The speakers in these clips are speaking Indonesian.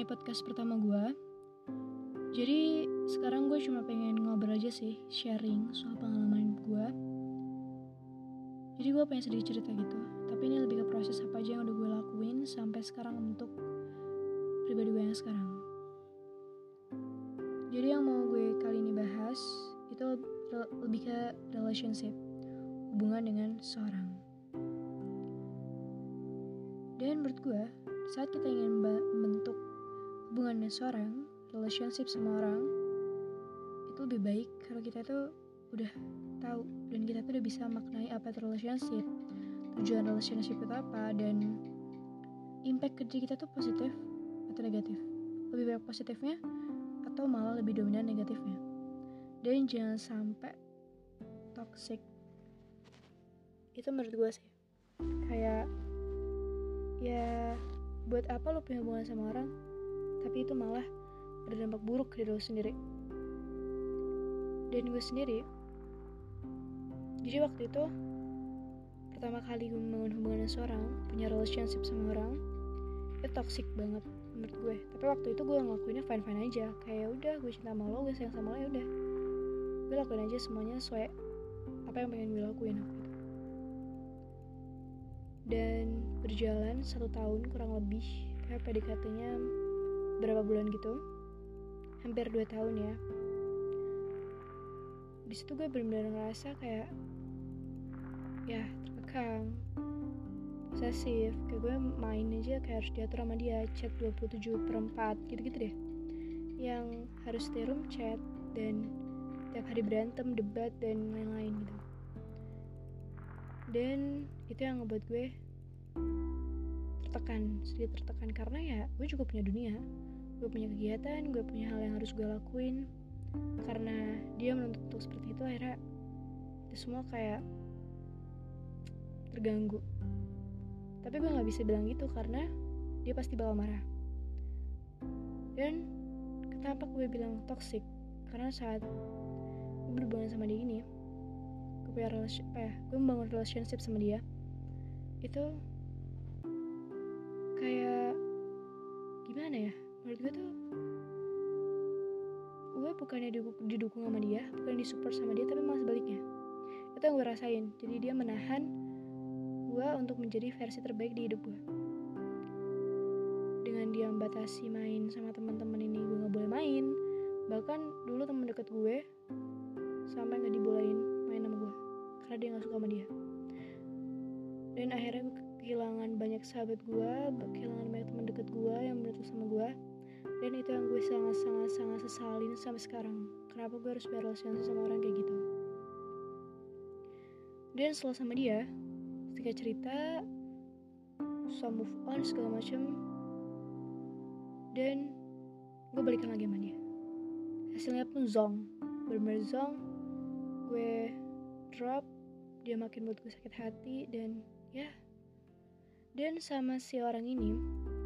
podcast pertama gue. Jadi sekarang gue cuma pengen ngobrol aja sih, sharing soal pengalaman gue. Jadi gue pengen sedikit cerita gitu. Tapi ini lebih ke proses apa aja yang udah gue lakuin sampai sekarang untuk pribadi gue yang sekarang. Jadi yang mau gue kali ini bahas itu lebih ke relationship, hubungan dengan seseorang. Dan menurut gue, saat kita ingin membentuk hubungan dengan seseorang, relationship sama orang, itu lebih baik kalau kita tuh udah tahu dan kita tuh udah bisa maknai apa itu relationship, tujuan relationship itu apa, dan impact ke diri kita tuh positif atau negatif, lebih banyak positifnya atau malah lebih dominan negatifnya. Dan jangan sampai toxic. Itu menurut gue sih, kayak ya buat apa lo punya hubungan sama orang tapi itu malah berdampak buruk ke diri lo sendiri. Dan gue sendiri, jadi waktu itu pertama kali gue membangun hubungan dengan seorang, punya relationship sama orang, itu toxic banget menurut gue. Tapi waktu itu gue ngelakuinnya fine aja, kayak udah gue cinta sama lo, gue sayang sama lo, ya udah gue lakuin aja semuanya sesuai apa yang pengen gue lakuin waktu itu. Dan berjalan 1 tahun kurang lebih, kayak PDKT-nya berapa bulan gitu, hampir 2 tahun ya. Di situ gue benar-benar ngerasa kayak ya terkekang, posesif, kayak gue main aja kayak harus diatur sama dia, chat 27/4 gitu-gitu deh, yang harus stay room chat dan tiap hari berantem, debat dan lain-lain gitu. Dan itu yang ngebuat gue sedikit tertekan karena ya gue juga punya dunia, gue punya kegiatan, gue punya hal yang harus gue lakuin. Karena dia menuntut untuk seperti itu, akhirnya itu semua kayak terganggu. Tapi gue gak bisa bilang gitu karena dia pasti bakal marah. Dan kenapa gue bilang toxic? Karena saat gue berhubungan sama dia ini, gue membangun relationship sama dia, itu kayak gimana ya, menurut gue tuh gue bukannya didukung sama dia, bukan disupport sama dia, tapi malah sebaliknya. Itu yang gue rasain. Jadi dia menahan gue untuk menjadi versi terbaik di hidup gue. Dengan dia membatasi main sama teman-teman ini, gue gak boleh main. Bahkan dulu teman deket gue sampai gak dibolehin main sama gue karena dia gak suka sama dia. Dan akhirnya gue kehilangan banyak sahabat gue, kehilangan banyak teman deket gue yang menurut sama gue. Dan itu yang gue sangat sesalin sampai sekarang. Kenapa gue harus berrelasi sama orang kayak gitu. Dan setelah sama dia, ketika cerita, susah move on segala macam, dan gue balikan lagi sama dia. Hasilnya pun zong, bener-bener zong. Gue drop, dia makin buat gue sakit hati. Dan ya, dan sama si orang ini,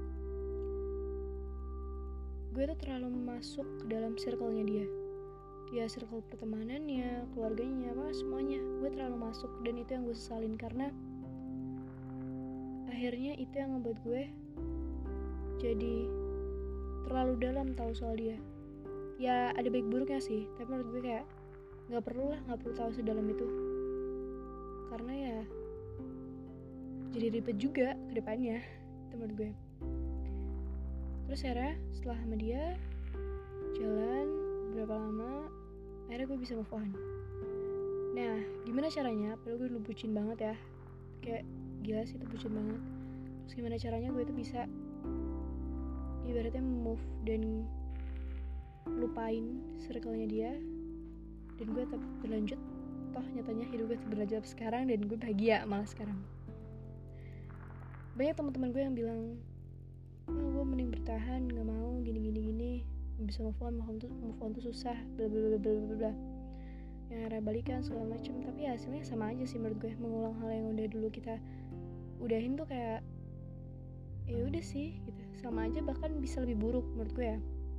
gue tuh terlalu masuk ke dalam circle-nya dia. Ya circle pertemanannya, keluarganya, semuanya gue terlalu masuk. Dan itu yang gue sesalin karena akhirnya itu yang ngebuat gue jadi terlalu dalam tahu soal dia. Ya ada baik buruknya sih, tapi menurut gue kayak gak perlu tahu sedalam itu. Karena ya jadi ribet juga ke depannya, itu menurut gue. Terus akhirnya setelah sama dia jalan berapa lama, akhirnya gue bisa move on. Nah gimana caranya, padahal gue dulu bucin banget ya, kayak gila sih itu bucin banget. Terus gimana caranya gue tuh bisa ibaratnya move dan lupain circle-nya dia, dan gue tetap berlanjut. Toh nyatanya hidup gue berlanjut sekarang dan gue bahagia malah sekarang. Banyak teman-teman gue yang bilang, gue mending bertahan, gak mau gini, bisa move on tuh susah, bla bla bla bla bla, yang arah balikan segala macam. Tapi ya hasilnya sama aja sih menurut gue, mengulang hal yang udah dulu kita udahin tuh kayak ya udah sih gitu, sama aja, bahkan bisa lebih buruk menurut gue ya.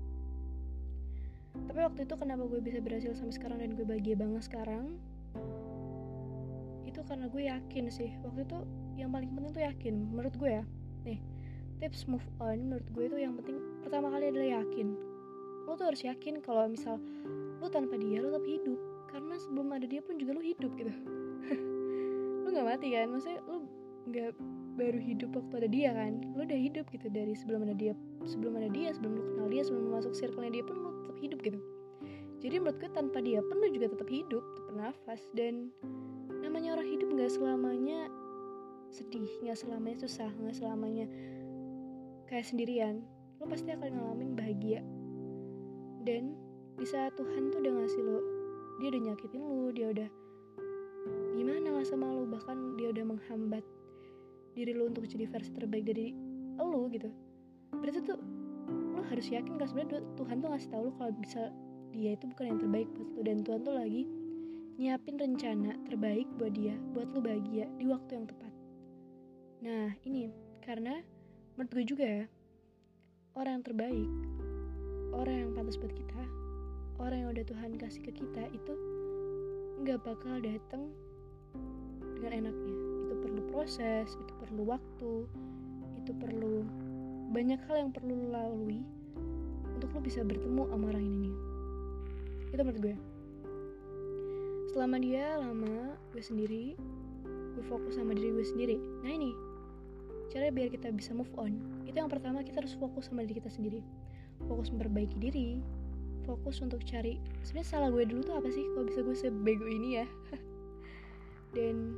Tapi waktu itu kenapa gue bisa berhasil sampai sekarang dan gue bahagia banget sekarang, itu karena gue yakin sih. Waktu itu yang paling penting tuh yakin menurut gue ya. Nih tips move on menurut gue itu yang penting pertama kali adalah yakin. Lo tuh harus yakin kalau misal lo tanpa dia lo tetap hidup, karena sebelum ada dia pun juga lo hidup gitu. Lo nggak mati kan, maksudnya lo nggak baru hidup waktu ada dia kan, lo udah hidup gitu dari sebelum ada dia, sebelum lo kenal dia, sebelum lo masuk circle-nya dia pun lo tetap hidup gitu. Jadi menurut gue tanpa dia pun lo juga tetap hidup, tetap bernafas. Dan namanya orang hidup nggak selamanya sedih, nggak selamanya susah, nggak selamanya kayak sendirian. Lo pasti akan ngalamin bahagia. Dan di saat Tuhan tuh udah ngasih lo, dia udah nyakitin lo, dia udah gimana lah sama lo, bahkan dia udah menghambat diri lo untuk jadi versi terbaik dari lo gitu. Berarti tuh lo harus yakin kan sebenarnya Tuhan tuh ngasih tau lo kalau bisa dia itu bukan yang terbaik buat lo, dan Tuhan tuh lagi nyiapin rencana terbaik buat dia, buat lo bahagia di waktu yang tepat. Nah ini karena menurut gue juga ya, orang yang terbaik, orang yang pantas buat kita, orang yang udah Tuhan kasih ke kita itu gak bakal datang dengan enaknya. Itu perlu proses, itu perlu waktu, itu perlu banyak hal yang perlu lo lalui untuk lo bisa bertemu sama orang ini. Itu menurut gue. Selama dia lama, gue sendiri, gue fokus sama diri gue sendiri. Nah ini cara biar kita bisa move on. Itu yang pertama, kita harus fokus sama diri kita sendiri, fokus memperbaiki diri, fokus untuk cari sebenarnya salah gue dulu tuh apa sih, kalau bisa gue sebego ini ya. Dan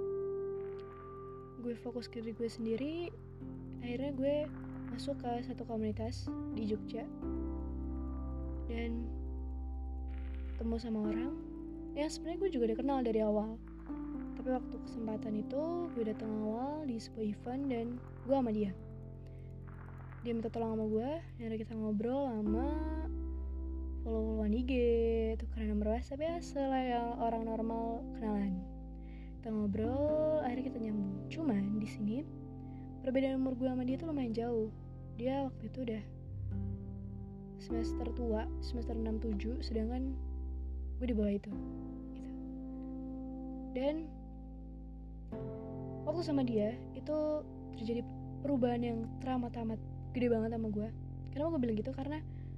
gue fokus ke diri gue sendiri. Akhirnya gue masuk ke satu komunitas di Jogja dan ketemu sama orang yang sebenarnya gue juga udah kenal dari awal. Tapi waktu kesempatan itu gue datang awal di sebuah event dan gue sama dia minta tolong sama gue, dan kita ngobrol lama, follow-followan IG, tukeran nomor WhatsApp, biasa lah yang orang normal kenalan. Kita ngobrol, akhirnya kita nyambung. Cuman di sini perbedaan umur gue sama dia tuh lumayan jauh. Dia waktu itu udah semester tua, semester 6-7, sedangkan gue di bawah itu gitu. Dan waktu sama dia itu terjadi perubahan yang teramat-amat gede banget sama gue. Kenapa gue bilang gitu? Karena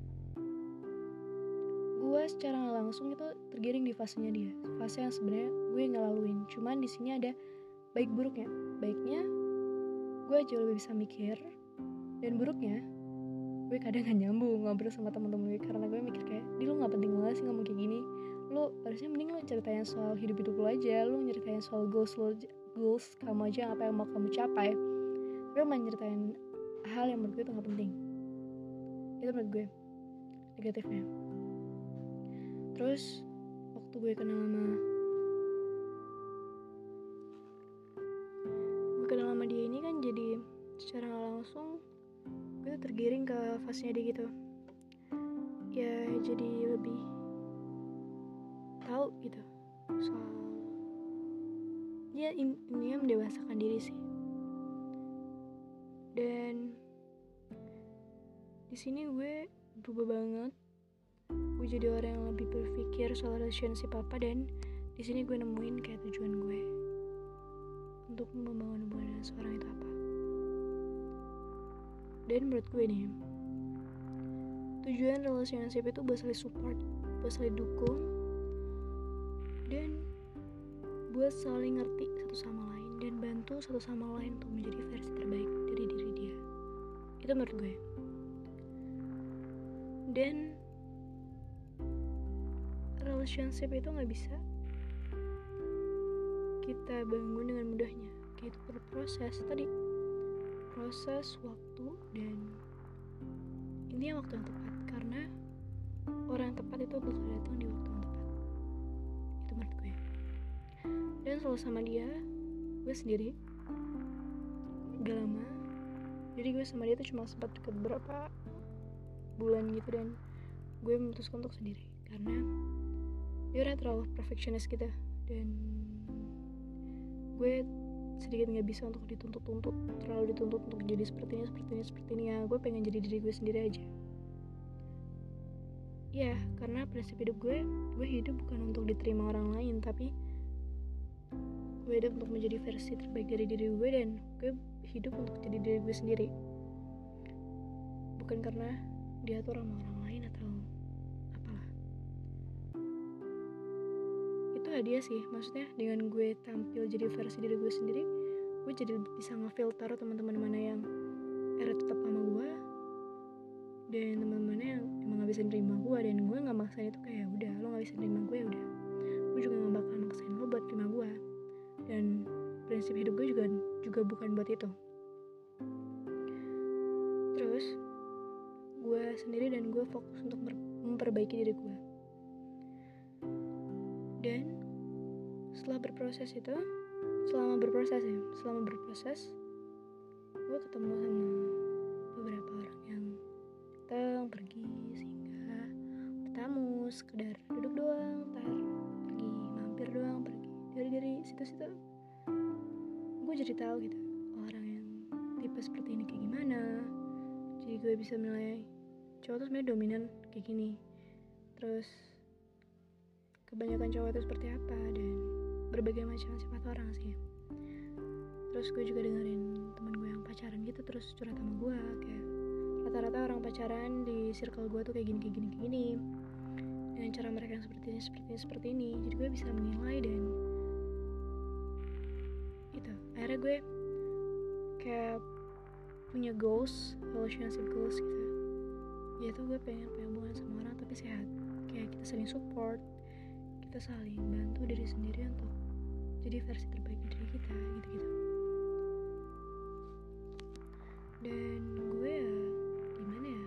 gue secara gak langsung itu tergiring di fasenya dia, fase yang sebenarnya gue ngelaluin. Cuman di sini ada baik buruknya. Baiknya gue jauh lebih bisa mikir, dan buruknya gue kadang gak nyambung ngobrol sama teman-teman gue karena gue mikir kayak, di lu gak penting banget sih ngomong kayak gini. Lu harusnya mending lu ceritain soal hidup lu aja, lu nyeritain soal goals kamu aja, apa yang mau kamu capai. Gue main nyeritain hal yang menurut gue itu gak penting. Itu menurut gue negatifnya. Terus waktu gue kenal sama dia ini kan, jadi secara gak langsung gue tuh tergiring ke fasenya dia gitu. Ya jadi lebih tahu gitu soal dia intinya mendewasakan diri sih. Dan di sini gue berubah banget. Gue jadi orang yang lebih berpikir soal relationship apa, dan di sini gue nemuin kayak tujuan gue untuk membangun hubungan dengan seorang itu apa. Dan menurut gue nih, tujuan relationship itu buat saling support, buat saling dukung, dan buat saling ngerti satu sama lain dan bantu satu sama lain untuk menjadi versi terbaik dari diri dia. Itu menurut gue. Dan relationship itu gak bisa kita bangun dengan mudahnya. Itu berproses tadi, proses, waktu, dan intinya waktu yang tepat. Karena orang yang tepat itu bakal datang di waktu yang tepat. Itu menurut gue. Dan selalu sama dia, gue sendiri gak lama. Jadi gue sama dia tuh cuma sempat deket berapa bulan gitu, dan gue memutuskan untuk sendiri karena dia udah terlalu perfectionist gitu. Dan gue sedikit gak bisa untuk terlalu dituntut untuk jadi seperti ini ya. Gue pengen jadi diri gue sendiri aja ya, karena prinsip hidup gue hidup bukan untuk diterima orang lain, tapi gue hidup untuk menjadi versi terbaik dari diri gue, dan gue hidup untuk jadi diri gue sendiri, bukan bukan karena dia tuh orang lain atau apalah. Itu hadiah sih, maksudnya dengan gue tampil jadi versi diri gue sendiri, gue jadi bisa ngefilter teman-teman mana yang tetap sama gue dan teman-teman yang emang gak bisa nerima gue, dan gue gak maksain itu kayak udah lo gak bisa nerima gue, ya udah gue juga gak bakal maksain lo buat terima gue, dan prinsip hidup gue juga bukan buat itu. Terus gue sendiri dan gue fokus untuk memperbaiki diri gue. Dan selama berproses gue ketemu sama beberapa orang yang datang pergi, singgah, bertamu, sekedar duduk doang, pergi, mampir doang, pergi. Dari situ-situ gue jadi tahu gitu orang yang tipe seperti ini kayak gimana. Jadi gue bisa menilai cowok tuh sebenarnya dominan kayak gini, terus kebanyakan cowok itu seperti apa, dan berbagai macam sifat orang sih. Terus gue juga dengerin teman gue yang pacaran gitu terus curhat sama gue, kayak rata-rata orang pacaran di circle gue tuh kayak gini dengan cara mereka yang seperti ini. Jadi gue bisa menilai, dan itu akhirnya gue kayak punya relationship goals gitu, yaitu gue pengen punya hubungan sama orang tapi sehat, kayak kita saling support, kita saling bantu diri sendiri untuk jadi versi terbaik diri kita gitu. Dan gue ya gimana ya,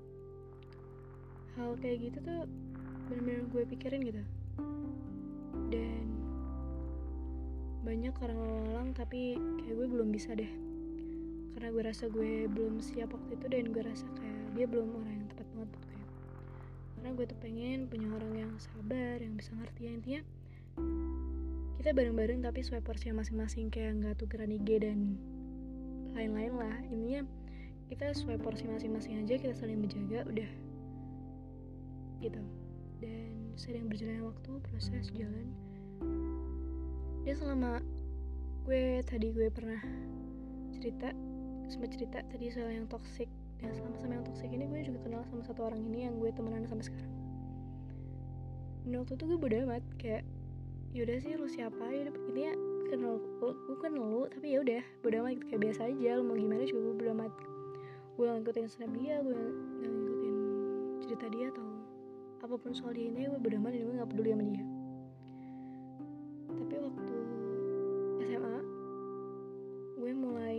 hal kayak gitu tuh benar-benar gue pikirin gitu, dan banyak orang lalang tapi kayak gue belum bisa deh, karena gue rasa gue belum siap waktu itu, dan gue rasa kayak dia belum orang yang tepat banget buat gue. Karena gue tuh pengen punya orang yang sabar, yang bisa ngerti, ya intinya kita bareng-bareng tapi sesuai porsinya masing-masing, kayak gak tukeran IG dan lain-lain lah. Intinya kita sesuai porsi masing-masing aja, kita saling menjaga, udah gitu. Dan sering berjalannya waktu, proses jalan, dan selama gue pernah sempat cerita tadi soal yang toxic, dan selama sama yang toxic ini gue juga kenal sama satu orang ini yang gue temenan sampai sekarang. Dan waktu itu gue bodo amat, kayak yaudah sih lu siapa, yaudah intinya gue kenal lu tapi ya udah bodo amat gitu, kayak biasa aja, lu mau gimana juga gue bodo amat. Gue ngikutin snap dia, gue ngikutin cerita dia atau apapun soal dia, ini gue bodo amat dan gue gak peduli sama dia. Tapi waktu SMA gue mulai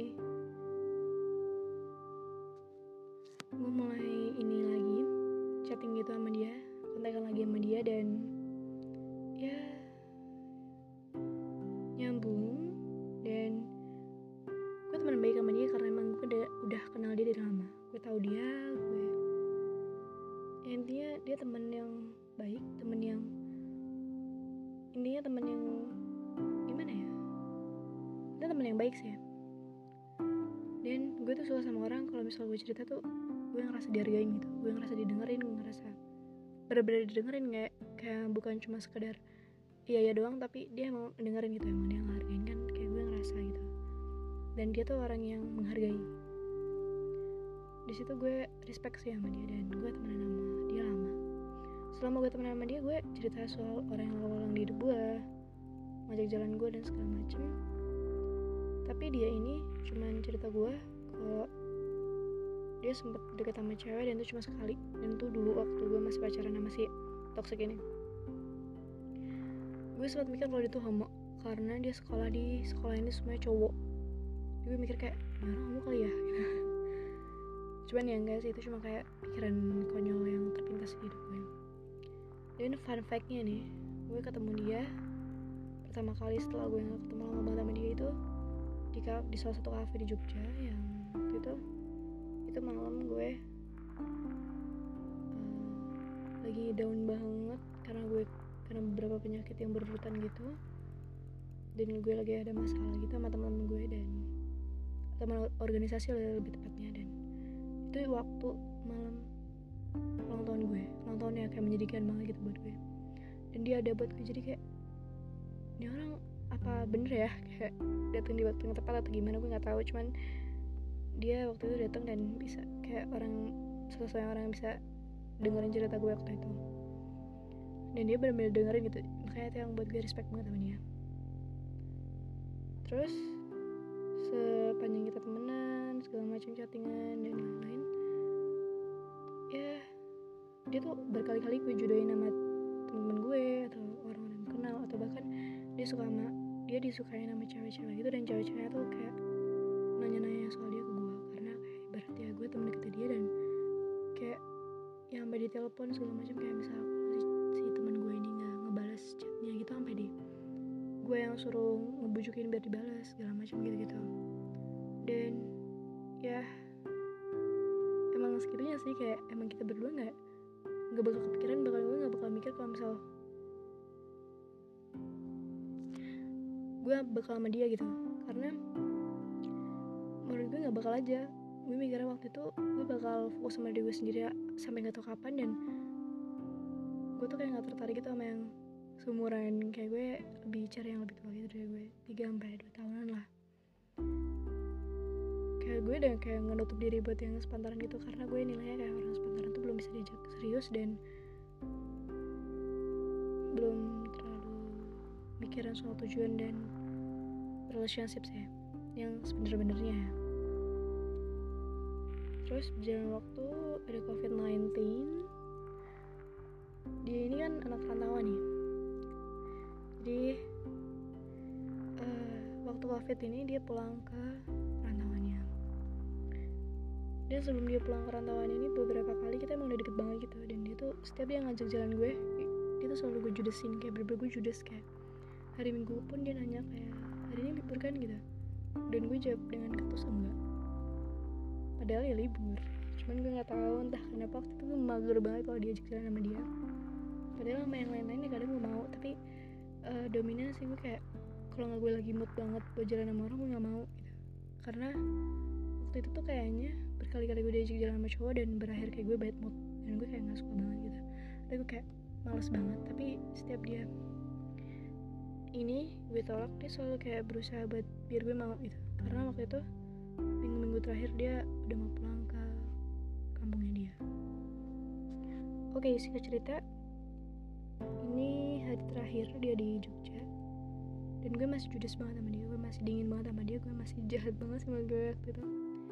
ini lagi, chatting gitu sama dia, kontekan lagi sama dia, dan ya nyambung. Dan gue teman baik sama dia karena emang gue udah kenal dia dari lama, gue tahu dia, ya intinya dia teman yang baik, teman yang gimana ya, dia teman yang baik sih ya. Dan gue tuh suka sama orang kalau misal gue cerita tuh gue ngerasa dihargain gitu, gue ngerasa didengerin, gue ngerasa bener-bener didengerin, kayak bukan cuma sekedar iya doang, tapi dia mau dengerin gitu, emang dia ngehargain kan, kayak gue ngerasa gitu. Dan dia tuh orang yang menghargai. Di situ gue respect sih sama dia, dan gue temenan sama dia lama. Selama gue temenan sama dia, gue cerita soal orang yang lalu-lalang di hidup gue, ngajak jalan gue dan segala macem. Tapi dia ini cuman cerita gue kalau dia sempet deket sama cewek, dan itu cuma sekali, dan itu dulu waktu gue masih pacaran sama si toxic ini. Gue sempat mikir kalau dia tuh homo, karena dia sekolah di sekolah ini semuanya cowok. Jadi gue mikir kayak orang homo kali ya gitu. Cuman ya enggak sih, itu cuma kayak pikiran konyol yang terpintas di hidup gue. Dan fun fact-nya nih, gue ketemu dia pertama kali setelah gue gak ketemu lama banget sama dia itu di salah satu cafe di Jogja, yang waktu itu malam gue lagi down banget karena beberapa penyakit yang berurutan gitu, dan gue lagi ada masalah gitu sama teman gue dan teman organisasi lebih tepatnya. Dan itu waktu malam ulang tahunnya kayak menyedihkan banget gitu buat gue, dan dia ada buat gue. Jadi kayak ini orang apa bener ya kayak datang di waktu yang tepat atau gimana, gue nggak tahu. Cuman dia waktu itu datang dan bisa kayak orang satu-satunya orang yang bisa dengerin cerita gue waktu itu, dan dia benar-benar dengerin gitu. Makanya itu yang buat gue respect banget sama dia. Terus sepanjang kita temenan segala macam, chattingan dan lain-lain, ya dia tuh berkali-kali gue jodohin sama temen gue atau orang-orang yang kenal, atau bahkan dia disukain sama cewek-cewek gitu, dan cewek-ceweknya tuh kayak nanya-nanya soal dia ke gue, karena kayak ibaratnya gue temen deket dia, dan kayak ya sampai di telepon segala macam, kayak misal si teman gue ini nggak ngebalas chatnya gitu, sampai gue yang suruh ngebujukin biar dibalas segala macam gitu. Dan ya emang segitunya sih, kayak emang kita berdua nggak bakal kepikiran, gue nggak bakal mikir kalau misal gue bakal sama dia gitu, karena menurut gue nggak bakal aja. Gue mikirnya waktu itu gue bakal fokus sama diri gue sendiri sampai nggak tahu kapan, dan gue tuh kayak nggak tertarik gitu sama yang seumuran kayak gue, lebih cari yang lebih tua gitu dari gue 3-2 tahunan lah. Kayak gue udah kayak ngenutup diri buat yang sepantaran gitu, karena gue nilainya kayak orang sepantaran tuh belum bisa diajak serius, dan belum terlalu mikirin soal tujuan dan relationship sih yang sebener-benernya. Terus berjalan waktu, ada COVID-19. Dia ini kan anak rantauan nih, jadi waktu COVID ini dia pulang ke rantauannya. Dan sebelum dia pulang ke rantauan ini, beberapa kali kita emang udah deket banget gitu, dan dia tuh setiap dia ngajak jalan gue, dia tuh selalu gue judesin, kayak bener-bener gue judes. Kayak hari Minggu pun dia nanya kayak, hari ini libur kan gitu, dan gue jawab dengan ketus enggak, padahal ya libur. Cuman gue nggak tahu entah kenapa waktu itu gue mager banget kalau diajak jalan sama dia, padahal sama yang lain-lain ya kadang gue mau, tapi dominan sih gue kayak kalau nggak gue lagi mood banget buat jalan sama orang, gue nggak mau gitu. Karena waktu itu tuh kayaknya berkali-kali gue diajak jalan sama cowok dan berakhir kayak gue bad mood, dan gue kayak nggak suka banget gitu. Tapi gue kayak males banget, tapi setiap dia ini gue tolak, dia selalu kayak berusaha buat biar gue mau gitu. Karena waktu itu minggu-minggu terakhir dia udah mau pulang ke kampungnya dia. Oke, singkat cerita, ini hari terakhir dia di Jogja, dan gue masih judes banget sama dia, gue masih dingin banget sama dia, gue masih jahat banget sama gue waktu itu.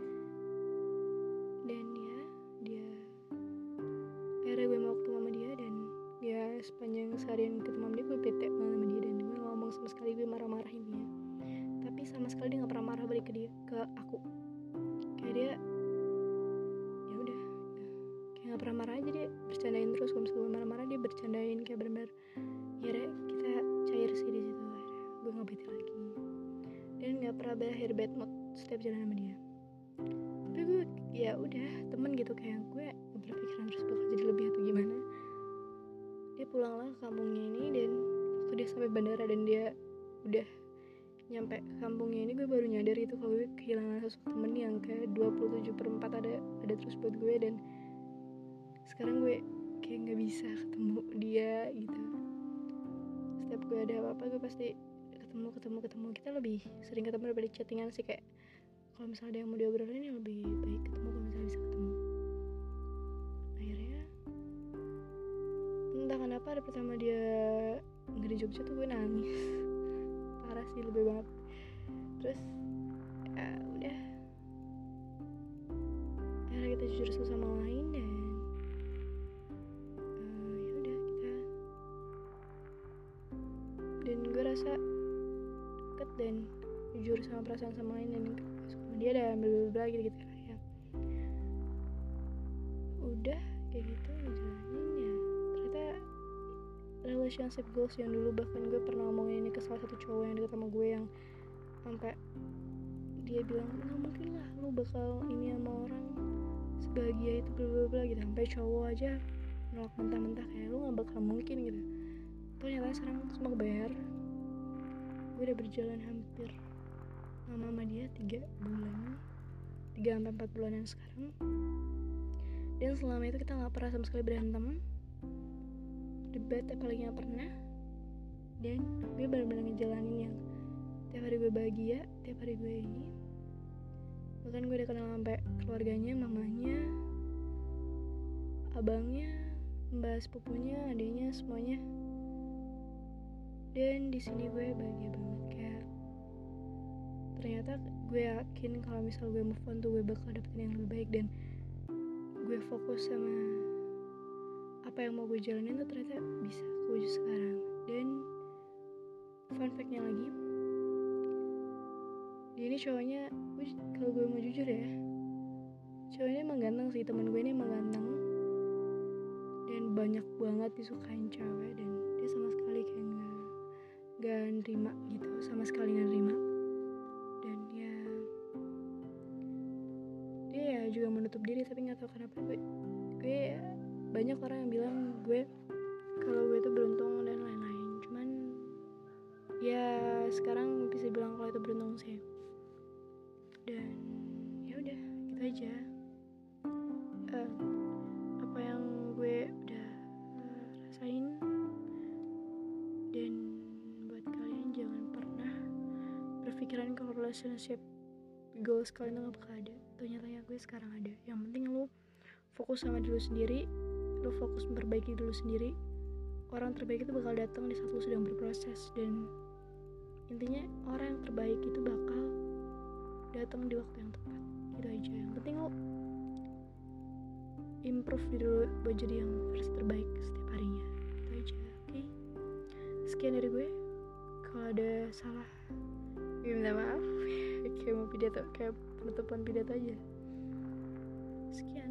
Dan ya, dia akhirnya gue mau ketemu sama dia, dan ya sepanjang seharian ketemu sama dia gue bete banget sama dia, dan gue ngomong sama sekali, gue marah-marahin dia, tapi sama sekali dia nggak pernah marah balik ke aku. Kayak dia ya udah kayak nggak pernah marah aja, dia bercandain terus. Kalau misalnya gue marah-marah, dia bercandain kayak benar-benar ya deh, kita cair sih di situ. Akhirnya gue nggak bete lagi, dan nggak pernah berakhir bad mood setiap jalan sama dia. Tapi gue ya udah temen gitu, kayak gue nggak berpikiran terus bakal jadi lebih atau gimana. Dia pulanglah ke kampungnya ini, dan waktu dia sampai bandara dan dia udah nyampe kampungnya ini, gue baru nyadar itu kalau gue kehilangan sosok temen yang kayak 27/4 ada terus buat gue. Dan sekarang gue kayak nggak bisa ketemu dia gitu. Setiap gue ada apa-apa, gue pasti ketemu. Kita lebih sering ketemu daripada chattingan sih, kayak kalau misalnya ada yang mau diobrolin ya lebih baik ketemu kalau misalnya bisa ketemu. Akhirnya entah kenapa hari pertama dia nggak di Jogja tuh gue nangis parah sih, lebih banget. Terus ya udah, akhirnya kita jujur satu sama lain, dan ya udah kita, dan gue rasa deket dan jujur sama perasaan sama lain, dan sama dia ada bla gitu ya. Udah kayak gitu ngejalanin ya. Ternyata relationship goals yang dulu bahkan gue pernah ngomongin ini ke salah satu cowok yang deket sama gue, yang sampai dia bilang nggak mungkin lah lu bakal ini sama orang sebahagia itu bla gitu, sampai cowok aja nolak mentah-mentah kayak lu nggak bakal mungkin gitu. Ternyata sekarang semua kebayar. Gue udah berjalan hampir sama dia 3 bulan, 3-4 bulanan sekarang, dan selama itu kita nggak pernah sama sekali berantem, debat apalagi nggak pernah. Dan gue benar-benar ngejalanin yang tiap hari gue bahagia, tiap hari gue ini. Bahkan gue udah kenal sampai keluarganya, mamanya, abangnya, membahas pupunya, adiknya, semuanya. Dan di sini gue bahagia banget, kayak ternyata gue yakin kalau misal gue move on tuh gue bakal dapetin yang lebih baik, dan gue fokus sama apa yang mau gue jalanin tuh ternyata bisa kewujud sekarang. Dan fun fact-nya lagi, dia ini cowoknya, kalau gue mau jujur ya, cowoknya emang ganteng sih, temen gue ini emang ganteng dan banyak banget disukain cewek, dan dia sama sekali kayak gak nerima gitu, sama sekali gak nerima. Dan ya dia ya juga menutup diri, tapi gak tahu kenapa gue banyak orang yang bilang gue kalau gue tuh beruntung dan lain-lain, cuman ya sekarang bisa bilang kalau itu beruntung sih. Dan ya udah gitu aja. Apa yang gue udah rasain, dan buat kalian jangan pernah berpikiran kalau relationship goals kalian tuh gak bakal ada. Ternyata ya gue sekarang ada. Yang penting lu fokus sama diri lu sendiri, lu fokus memperbaiki diri lu sendiri. Orang terbaik itu bakal datang di saat lu sedang berproses, dan intinya orang yang terbaik itu bakal datang di waktu yang tepat. Gitu aja. Yang penting lu improve diri lu buat jadi yang versi terbaik setiap harinya. Gitu aja, oke? Sekian dari gue. Kalau ada salah, gue minta maaf. Kayak mau pidato, kayak penutupan pidato aja. Sekian.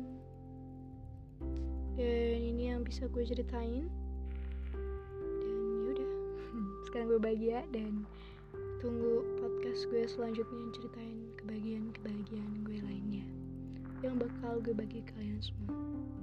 Dan ini yang bisa gue ceritain. Dan yaudah, sekarang gue bahagia, dan tunggu podcast gue selanjutnya yang ceritain kebahagiaan gue lainnya yang bakal gue bagi ke kalian semua.